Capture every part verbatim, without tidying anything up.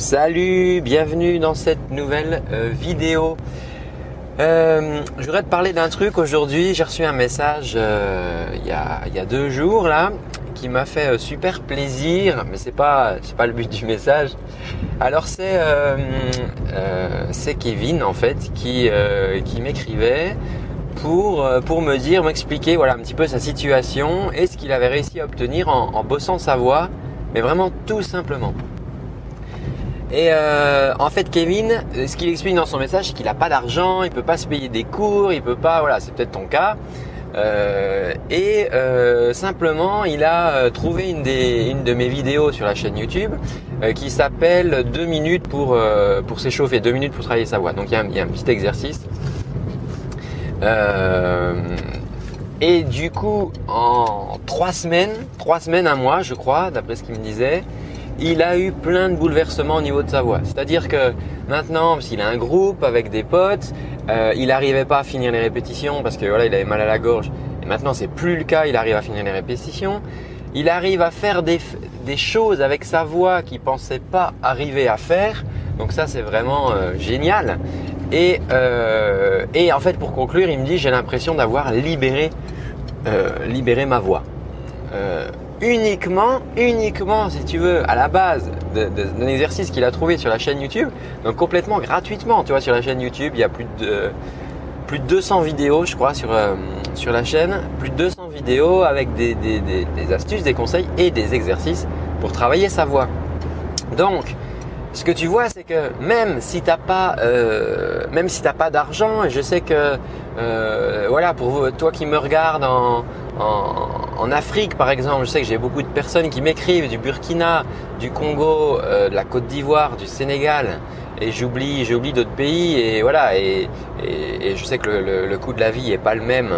Salut, bienvenue dans cette nouvelle euh, vidéo. Euh, je voudrais te parler d'un truc aujourd'hui. J'ai reçu un message euh, il, y a, il y a deux jours là qui m'a fait euh, super plaisir, mais c'est pas c'est pas le but du message. Alors c'est euh, euh, c'est Kevin en fait qui euh, qui m'écrivait pour pour me dire, m'expliquer voilà un petit peu sa situation et ce qu'il avait réussi à obtenir en, en bossant sa voix, mais vraiment tout simplement. Et euh, en fait, Kevin, ce qu'il explique dans son message, c'est qu'il n'a pas d'argent, il peut pas se payer des cours, il peut pas, voilà, c'est peut-être ton cas. Euh, et euh, simplement, il a trouvé une, des, une de mes vidéos sur la chaîne YouTube euh, qui s'appelle deux minutes pour euh, pour s'échauffer, deux minutes pour travailler sa voix. Donc il y a un, il y a un petit exercice. Euh, et du coup, en trois semaines, trois semaines, un mois, je crois, d'après ce qu'il me disait. Il a eu plein de bouleversements au niveau de sa voix. C'est-à-dire que maintenant, parce qu'il a un groupe avec des potes, euh, il n'arrivait pas à finir les répétitions parce que voilà, il avait mal à la gorge. Et maintenant, c'est plus le cas. Il arrive à finir les répétitions. Il arrive à faire des, des choses avec sa voix qu'il pensait pas arriver à faire. Donc ça, c'est vraiment euh, génial. Et, euh, et en fait, pour conclure, il me dit, j'ai l'impression d'avoir libéré, euh, libéré ma voix. Euh, uniquement, uniquement, si tu veux, à la base de, de, d'un exercice qu'il a trouvé sur la chaîne YouTube, donc complètement gratuitement, tu vois, sur la chaîne YouTube, il y a plus de, plus de deux cents vidéos, je crois, sur, euh, sur la chaîne, plus de deux cents vidéos avec des, des, des, des astuces, des conseils et des exercices pour travailler sa voix. Donc, ce que tu vois, c'est que même si t'as pas, euh, même si t'as pas d'argent, et je sais que, euh, voilà, pour toi qui me regardes en, en, en Afrique par exemple, je sais que j'ai beaucoup de personnes qui m'écrivent du Burkina, du Congo, euh, de la Côte d'Ivoire, du Sénégal, et j'oublie, j'oublie d'autres pays, et voilà, et, et, et je sais que le, le, le coût de la vie est pas le même,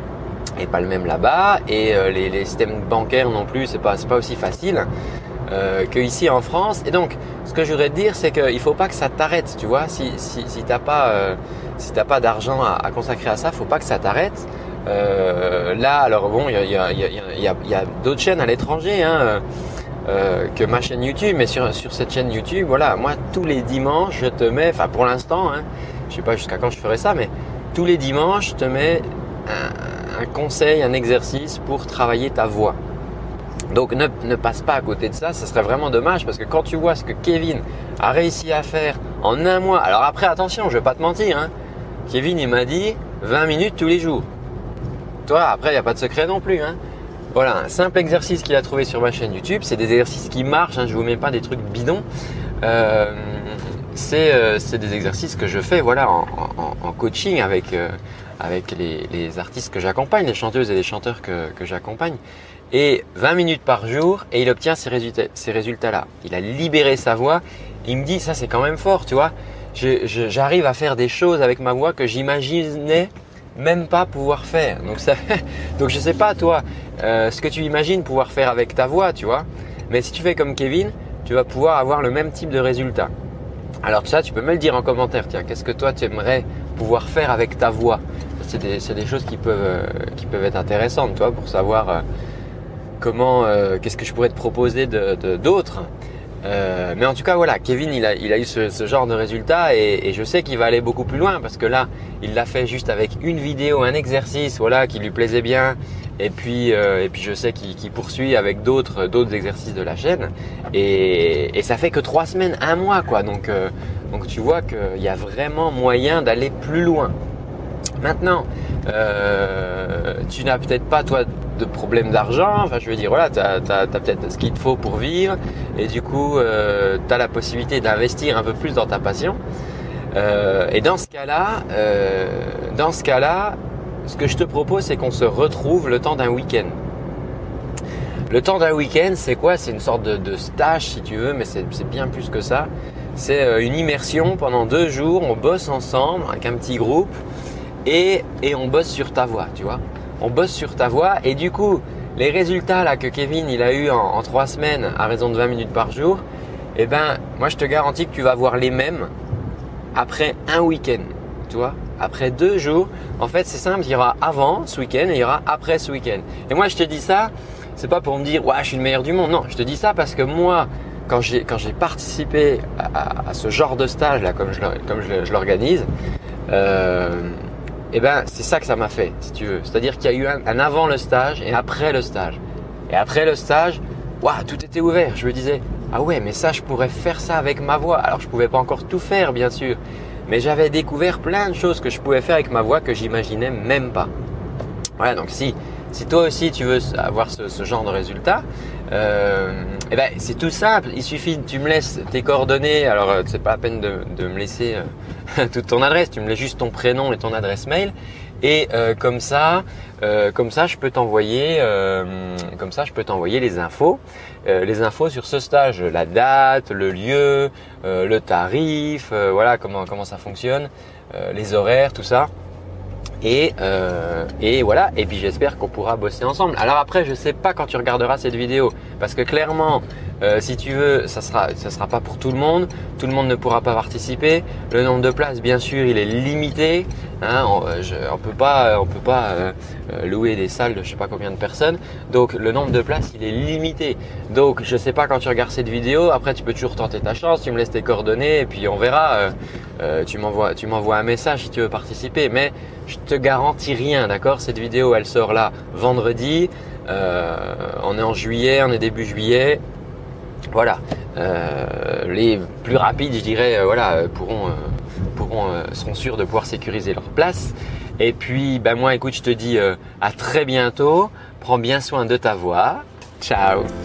est pas le même là-bas, et euh, les, les systèmes bancaires non plus, c'est pas, c'est pas aussi facile. Euh, qu'ici en France. Et donc, ce que je voudrais te dire, c'est qu'il ne faut pas que ça t'arrête, tu vois. Si, si, si tu n'as pas, euh, si t'as pas d'argent à, à consacrer à ça, il ne faut pas que ça t'arrête. Euh, là, alors bon, il y a, y, a, y, a, y, a, y a d'autres chaînes à l'étranger hein, euh, que ma chaîne YouTube. Mais sur, sur cette chaîne YouTube, voilà, moi, tous les dimanches, je te mets, enfin pour l'instant, hein, je ne sais pas jusqu'à quand je ferai ça, mais tous les dimanches, je te mets un, un conseil, un exercice pour travailler ta voix. Donc ne, ne passe pas à côté de ça, ça serait vraiment dommage parce que quand tu vois ce que Kevin a réussi à faire en un mois, alors après attention, je vais pas te mentir, hein, Kevin il m'a dit vingt minutes tous les jours. Toi après il n'y a pas de secret non plus. Hein. Voilà, un simple exercice qu'il a trouvé sur ma chaîne YouTube, c'est des exercices qui marchent, hein, je ne vous mets pas des trucs bidons. Euh, c'est, euh, c'est des exercices que je fais voilà, en, en, en coaching avec, euh, avec les, les artistes que j'accompagne, les chanteuses et les chanteurs que, que j'accompagne. Et vingt minutes par jour et il obtient ces résultats, ces résultats-là. Il a libéré sa voix. Il me dit, ça c'est quand même fort, tu vois. Je, je, j'arrive à faire des choses avec ma voix que j'imaginais même pas pouvoir faire. Donc, ça, donc je sais pas toi, euh, ce que tu imagines pouvoir faire avec ta voix, tu vois. Mais si tu fais comme Kevin, tu vas pouvoir avoir le même type de résultat. Alors ça, tu peux me le dire en commentaire. Tiens, qu'est-ce que toi tu aimerais pouvoir faire avec ta voix? C'est des, c'est des choses qui peuvent, euh, qui peuvent être intéressantes, toi, pour savoir. Euh, Comment, euh, qu'est-ce que je pourrais te proposer de, de, d'autres euh, mais en tout cas voilà, Kevin il a, il a eu ce, ce genre de résultat et, et je sais qu'il va aller beaucoup plus loin parce que là il l'a fait juste avec une vidéo, un exercice voilà, qui lui plaisait bien et puis, euh, et puis je sais qu'il, qu'il poursuit avec d'autres, d'autres exercices de la chaîne et, et ça fait que trois semaines, un mois quoi donc, euh, donc tu vois qu'il y a vraiment moyen d'aller plus loin. Maintenant, euh, tu n'as peut-être pas toi de problème d'argent, enfin je veux dire voilà, tu as, t'as, t'as peut-être ce qu'il te faut pour vivre et du coup euh, tu as la possibilité d'investir un peu plus dans ta passion euh, et dans ce cas-là, euh, dans ce cas-là, ce que je te propose c'est qu'on se retrouve le temps d'un week-end. Le temps d'un week-end c'est quoi? C'est une sorte de, de stage si tu veux, mais c'est, c'est bien plus que ça. C'est une immersion pendant deux jours, on bosse ensemble avec un petit groupe. Et, et on bosse sur ta voix, tu vois. On bosse sur ta voix et du coup, les résultats là que Kevin il a eu en, en trois semaines à raison de vingt minutes par jour, eh ben, moi je te garantis que tu vas avoir les mêmes après un week-end, tu vois. Après deux jours, en fait c'est simple, il y aura avant ce week-end et il y aura après ce week-end. Et moi je te dis ça, c'est pas pour me dire ouais je suis le meilleur du monde, non, je te dis ça parce que moi quand j'ai quand j'ai participé à, à, à ce genre de stage là, comme je comme je, je l'organise, euh, et ben c'est ça que ça m'a fait, si tu veux. C'est-à-dire qu'il y a eu un, un avant le stage et après le stage. Et après le stage, waouh, tout était ouvert. Je me disais ah ouais, mais ça je pourrais faire ça avec ma voix. Alors je pouvais pas encore tout faire bien sûr, mais j'avais découvert plein de choses que je pouvais faire avec ma voix que j'imaginais même pas. Voilà, donc si Si toi aussi tu veux avoir ce, ce genre de résultat, euh, eh ben, c'est tout simple. Il suffit que tu me laisses tes coordonnées. Alors euh, c'est pas la peine de, de me laisser euh, toute ton adresse. Tu me laisses juste ton prénom et ton adresse mail. Et euh, comme ça, euh, comme ça, je peux t'envoyer, euh, comme ça, je peux t'envoyer les infos, euh, les infos sur ce stage, la date, le lieu, euh, le tarif, euh, voilà comment comment ça fonctionne, euh, les horaires, tout ça. Et, euh, et voilà, et puis j'espère qu'on pourra bosser ensemble. Alors après, je sais pas quand tu regarderas cette vidéo, parce que clairement, euh, si tu veux, ça sera, ça sera pas pour tout le monde. Tout le monde ne pourra pas participer. Le nombre de places, bien sûr, il est limité. Hein, on, je, on peut pas, on peut pas euh, louer des salles de je sais pas combien de personnes. Donc le nombre de places, il est limité. Donc je sais pas quand tu regardes cette vidéo. Après, tu peux toujours tenter ta chance. Tu me laisses tes coordonnées et puis on verra. Euh, euh, tu m'envoies, tu m'envoies un message si tu veux participer. Mais je te garantis rien, d'accord? Cette vidéo, elle sort là vendredi. Euh, on est en juillet, on est début juillet. Voilà. Euh, les plus rapides, je dirais, euh, voilà, pourront, euh, pourront, euh, seront sûrs de pouvoir sécuriser leur place. Et puis, ben moi, écoute, je te dis euh, à très bientôt. Prends bien soin de ta voix. Ciao.